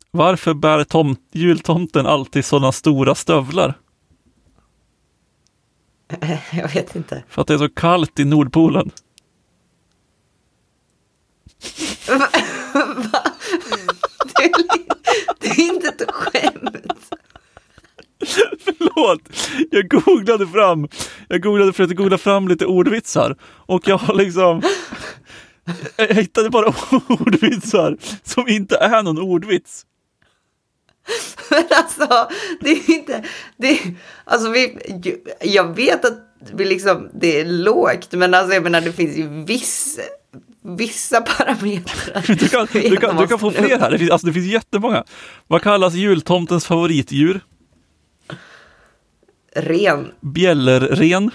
Varför bär jultomten alltid sådana stora stövlar? Jag vet inte. För att det är så kallt i Nordpolen. Va? Det är inte ett skämt. Förlåt, jag försökte googla fram lite ordvitsar. Och jag har liksom... Jag hittade bara ordvitsar som inte är någon ordvits. Men alltså, det är inte... Alltså jag vet att vi liksom, det är lågt, men alltså jag menar, det finns ju vissa parametrar. Du kan få fler här. Det finns jättemånga. Vad kallas jultomtens favoritdjur? Ren. Bjällerren.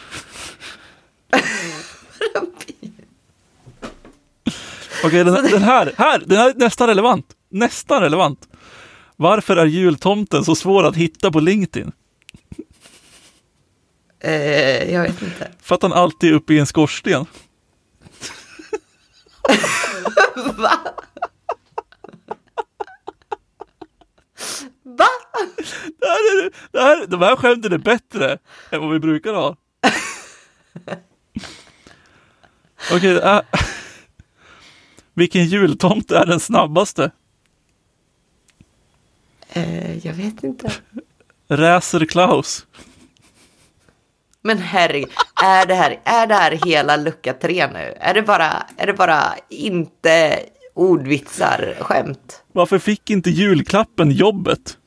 Okej, den här är nästan relevant. Varför är jultomten så svår att hitta på LinkedIn? Jag vet inte. För att han alltid är uppe i en skorsten. Va? Va? De här skämten är bättre än vad vi brukar ha. Okej, vilken jultomte är den snabbaste? Jag vet inte. Räser Klaus. Men herregud, är det här hela lucka 3 nu? Är det bara inte ordvitsar skämt? Varför fick inte julklappen jobbet?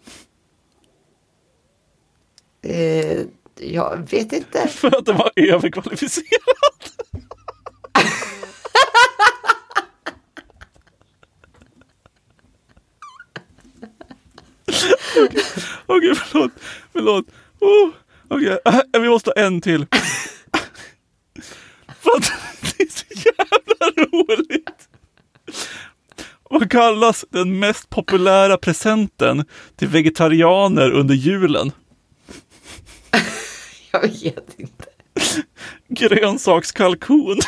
Jag vet inte. För att det var överkvalificerat. Okej, förlåt. Okej, vi måste ha en till. För att det är så jävla roligt. Vad kallas den mest populära presenten till vegetarianer under julen? Jag vet inte. Grönsakskalkon.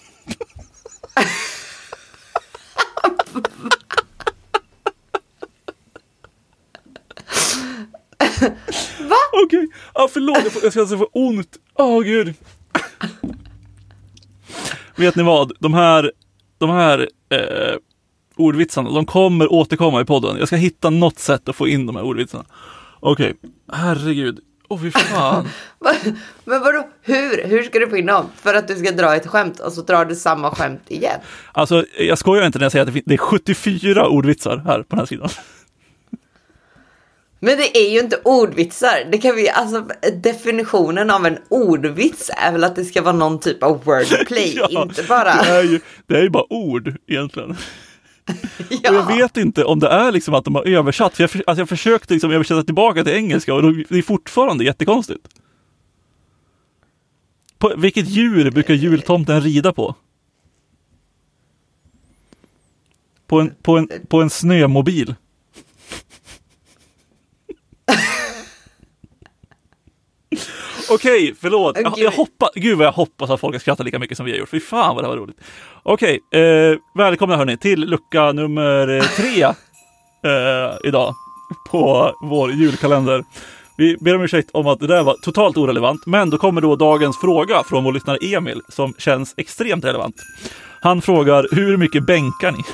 Va? Okej, förlåt, jag ska alltså få ont. Gud. Vet ni vad? De här ordvitsarna, de kommer återkomma i podden. Jag ska hitta något sätt att få in de här ordvitsarna. Okej, herregud. Fy fan. Men vadå? Hur ska du få in dem? För att du ska dra ett skämt och så drar du samma skämt igen. Alltså, jag skojar inte när jag säger att det är 74 ordvitsar här på den här sidan. Men det är ju inte ordvitsar. Det kan vi, alltså, definitionen av en ordvits är väl att det ska vara någon typ av wordplay, Ja, inte bara... Det är ju bara ord egentligen. Ja. Och jag vet inte om det är liksom att de har översatt. För jag försökte liksom översätta tillbaka till engelska och det är fortfarande jättekonstigt. Vilket djur brukar jultomten rida på? På en snömobil. Okej, förlåt. Gud vad jag hoppas att folk har skrattat lika mycket som vi har gjort. Fy fan vad det var roligt. Okej, välkomna hörni till lucka nummer 3 idag på vår julkalender. Vi ber om ursäkt om att det där var totalt orelevant, men då kommer då dagens fråga från vår lyssnare Emil som känns extremt relevant. Han frågar, hur mycket bänkar ni?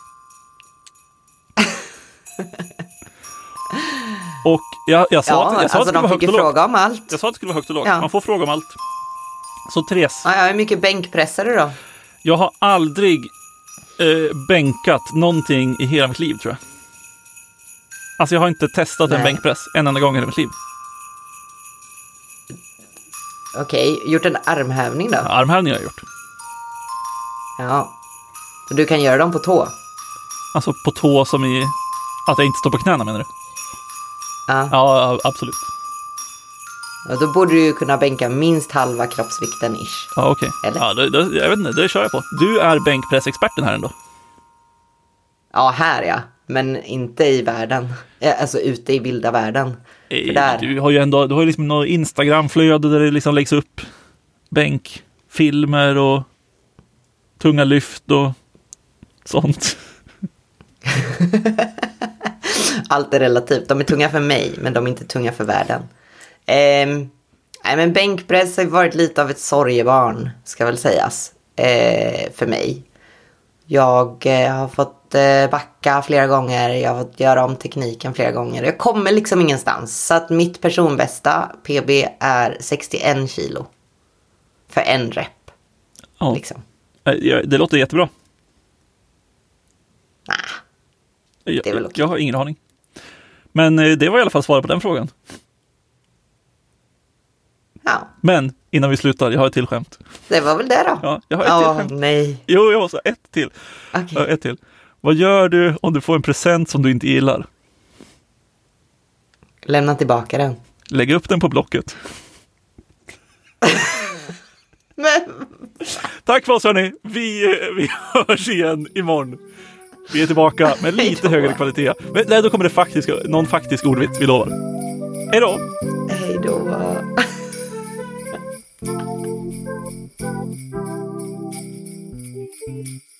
Och jag sa att det skulle vara högt och lågt. Fråga om allt. Jag sa att det skulle vara högt och lågt. Ja. Man får fråga om allt. Så Therese. Ja, hur mycket bänkpressar du då? Jag har aldrig bänkat någonting i hela mitt liv, tror jag. Alltså jag har inte testat en bänkpress en enda gång i hela mitt liv. Okej, gjort en armhävning då? Ja, armhävning har jag gjort. Ja. Så du kan göra dem på tå? Alltså på tå som i... Att jag inte står på knäna, menar du? Ja, absolut. Och då borde du ju kunna bänka minst halva kroppsvikten ish. Ja, okej. Ja, jag vet inte, det kör jag på. Du är bänkpressexperten här ändå. Ja, här ja. Men inte i världen. Alltså ute i vilda världen. Du har ju liksom något Instagram-flöde där det liksom läggs upp bänkfilmer och tunga lyft och sånt. Allt är relativt. De är tunga för mig, men de är inte tunga för världen. Nej, men bänkpress har varit lite av ett sorgebarn, ska väl sägas, för mig. Jag har fått backa flera gånger. Jag har fått göra om tekniken flera gånger. Jag kommer liksom ingenstans. Så att mitt personbästa PB är 61 kilo. För en rep. Ja. Liksom. Det låter jättebra. Det är väl okej. Jag har ingen aning. Men det var i alla fall svaret på den frågan. Ja, Men innan vi slutar, jag har ett till skämt. det var väl det då. Ja, jag har ett till skämt. Nej. Jo, jag måste ett till. Okej. Ja, ett till. Vad gör du om du får en present som du inte gillar? Lämna tillbaka den. Lägg upp den på Blocket. Men... Tack för oss hörni. Vi hörs igen imorgon. Vi är tillbaka med lite högre kvalitet. Men nej, då kommer det någon faktisk ordvits, vi lovar. Hej då! Hej då.